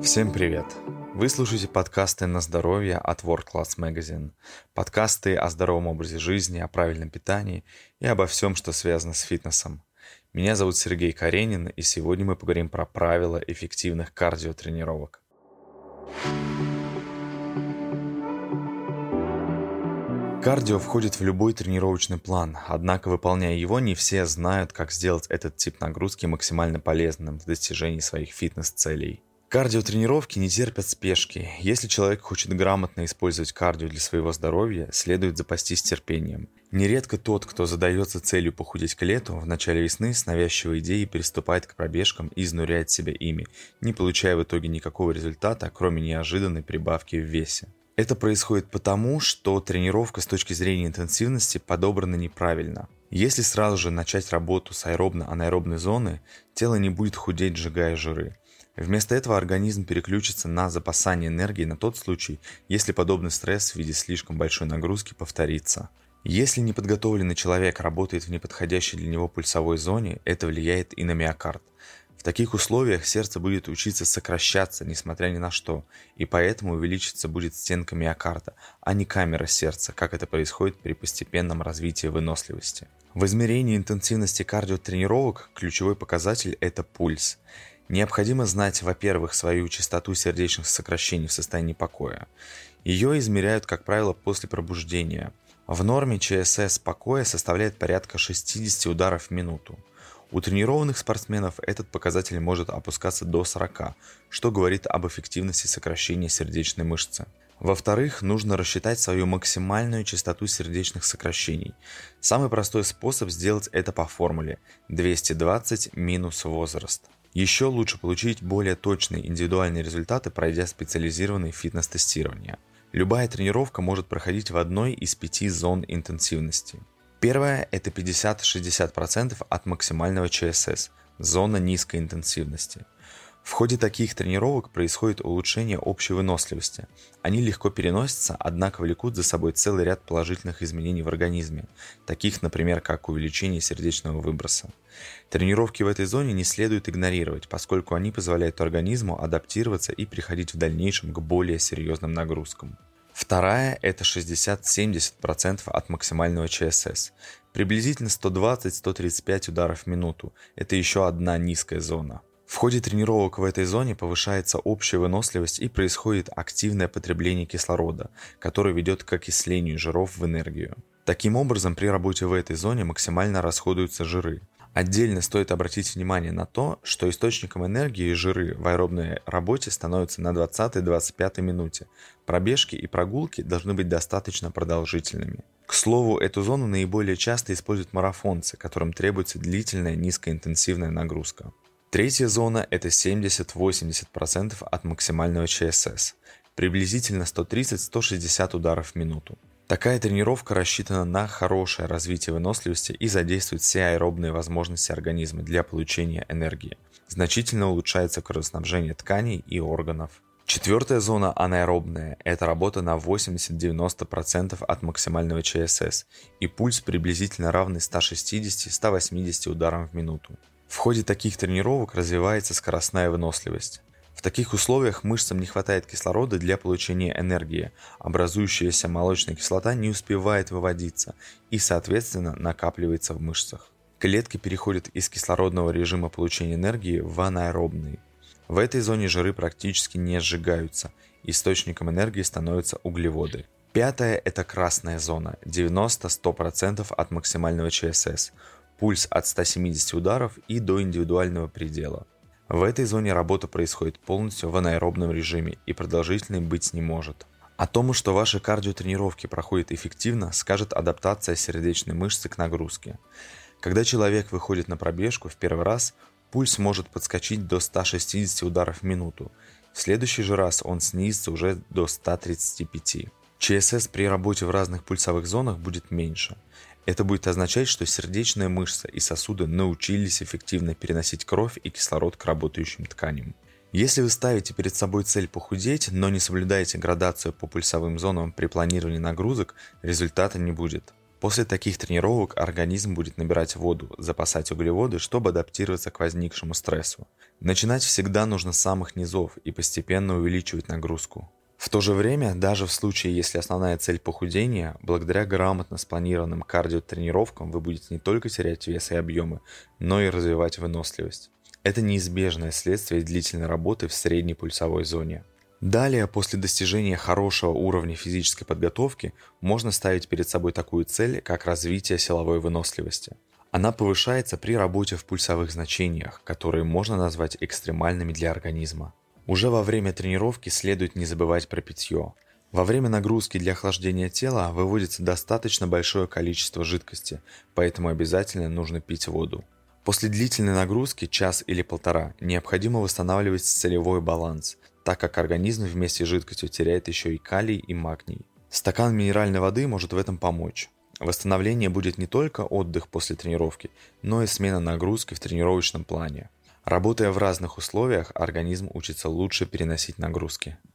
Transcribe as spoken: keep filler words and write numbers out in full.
Всем привет! Вы слушаете подкасты на здоровье от World Class Magazine. Подкасты о здоровом образе жизни, о правильном питании и обо всем, что связано с фитнесом. Меня зовут Сергей Каренин, и сегодня мы поговорим про правила эффективных кардиотренировок. Кардио входит в любой тренировочный план, однако, выполняя его, не все знают, как сделать этот тип нагрузки максимально полезным в достижении своих фитнес-целей. Кардиотренировки не терпят спешки. Если человек хочет грамотно использовать кардио для своего здоровья, следует запастись терпением. Нередко тот, кто задается целью похудеть к лету, в начале весны с навязчивой идеей приступает к пробежкам и изнуряет себя ими, не получая в итоге никакого результата, кроме неожиданной прибавки в весе. Это происходит потому, что тренировка с точки зрения интенсивности подобрана неправильно. Если сразу же начать работу с аэробно-анаэробной зоны, тело не будет худеть, сжигая жиры. Вместо этого организм переключится на запасание энергии на тот случай, если подобный стресс в виде слишком большой нагрузки повторится. Если неподготовленный человек работает в неподходящей для него пульсовой зоне, это влияет и на миокард. В таких условиях сердце будет учиться сокращаться, несмотря ни на что, и поэтому увеличиться будет стенка миокарда, а не камера сердца, как это происходит при постепенном развитии выносливости. В измерении интенсивности кардиотренировок ключевой показатель – это пульс. Необходимо знать, во-первых, свою частоту сердечных сокращений в состоянии покоя. Ее измеряют, как правило, после пробуждения. В норме ЧСС покоя составляет порядка шестьдесят ударов в минуту. У тренированных спортсменов этот показатель может опускаться до сорока, что говорит об эффективности сокращения сердечной мышцы. Во-вторых, нужно рассчитать свою максимальную частоту сердечных сокращений. Самый простой способ сделать это по формуле двести двадцать минус возраст. Еще лучше получить более точные индивидуальные результаты, пройдя специализированные фитнес-тестирования. Любая тренировка может проходить в одной из пяти зон интенсивности. Первая – это пятьдесят-шестьдесят процентов от максимального ЧСС, зона низкой интенсивности. В ходе таких тренировок происходит улучшение общей выносливости. Они легко переносятся, однако влекут за собой целый ряд положительных изменений в организме, таких, например, как увеличение сердечного выброса. Тренировки в этой зоне не следует игнорировать, поскольку они позволяют организму адаптироваться и переходить в дальнейшем к более серьезным нагрузкам. Вторая – это шестьдесят-семьдесят процентов от максимального ЧСС. Приблизительно сто двадцать - сто тридцать пять ударов в минуту. Это еще одна низкая зона. В ходе тренировок в этой зоне повышается общая выносливость и происходит активное потребление кислорода, которое ведет к окислению жиров в энергию. Таким образом, при работе в этой зоне максимально расходуются жиры. Отдельно стоит обратить внимание на то, что источником энергии жиры в аэробной работе становятся на двадцатой-двадцать пятой минуте. Пробежки и прогулки должны быть достаточно продолжительными. К слову, эту зону наиболее часто используют марафонцы, которым требуется длительная низкоинтенсивная нагрузка. Третья зона – это семьдесят-восемьдесят процентов от максимального ЧСС, приблизительно сто тридцать - сто шестьдесят ударов в минуту. Такая тренировка рассчитана на хорошее развитие выносливости и задействует все аэробные возможности организма для получения энергии. Значительно улучшается кровоснабжение тканей и органов. Четвертая зона анаэробная – это работа на восемьдесят-девяносто процентов от максимального ЧСС и пульс приблизительно равный ста шестидесяти - ста восьмидесяти ударам в минуту. В ходе таких тренировок развивается скоростная выносливость. В таких условиях мышцам не хватает кислорода для получения энергии, образующаяся молочная кислота не успевает выводиться и, соответственно, накапливается в мышцах. Клетки переходят из кислородного режима получения энергии в анаэробный. В этой зоне жиры практически не сжигаются, источником энергии становятся углеводы. Пятая – это красная зона, девяносто - сто процентов от максимального ЧСС. Пульс от ста семидесяти ударов и до индивидуального предела. В этой зоне работа происходит полностью в анаэробном режиме и продолжительной быть не может. О том, что ваши кардиотренировки проходят эффективно, скажет адаптация сердечной мышцы к нагрузке. Когда человек выходит на пробежку в первый раз, пульс может подскочить до ста шестидесяти ударов в минуту. В следующий же раз он снизится уже до ста тридцати пяти. ЧСС при работе в разных пульсовых зонах будет меньше. Это будет означать, что сердечная мышца и сосуды научились эффективно переносить кровь и кислород к работающим тканям. Если вы ставите перед собой цель похудеть, но не соблюдаете градацию по пульсовым зонам при планировании нагрузок, результата не будет. После таких тренировок организм будет набирать воду, запасать углеводы, чтобы адаптироваться к возникшему стрессу. Начинать всегда нужно с самых низов и постепенно увеличивать нагрузку. В то же время, даже в случае, если основная цель похудения, благодаря грамотно спланированным кардиотренировкам вы будете не только терять вес и объемы, но и развивать выносливость. Это неизбежное следствие длительной работы в средней пульсовой зоне. Далее, после достижения хорошего уровня физической подготовки, можно ставить перед собой такую цель, как развитие силовой выносливости. Она повышается при работе в пульсовых значениях, которые можно назвать экстремальными для организма. Уже во время тренировки следует не забывать про питье. Во время нагрузки для охлаждения тела выводится достаточно большое количество жидкости, поэтому обязательно нужно пить воду. После длительной нагрузки, час или полтора, необходимо восстанавливать целевой баланс, так как организм вместе с жидкостью теряет еще и калий и магний. Стакан минеральной воды может в этом помочь. Восстановление будет не только отдых после тренировки, но и смена нагрузки в тренировочном плане. Работая в разных условиях, организм учится лучше переносить нагрузки.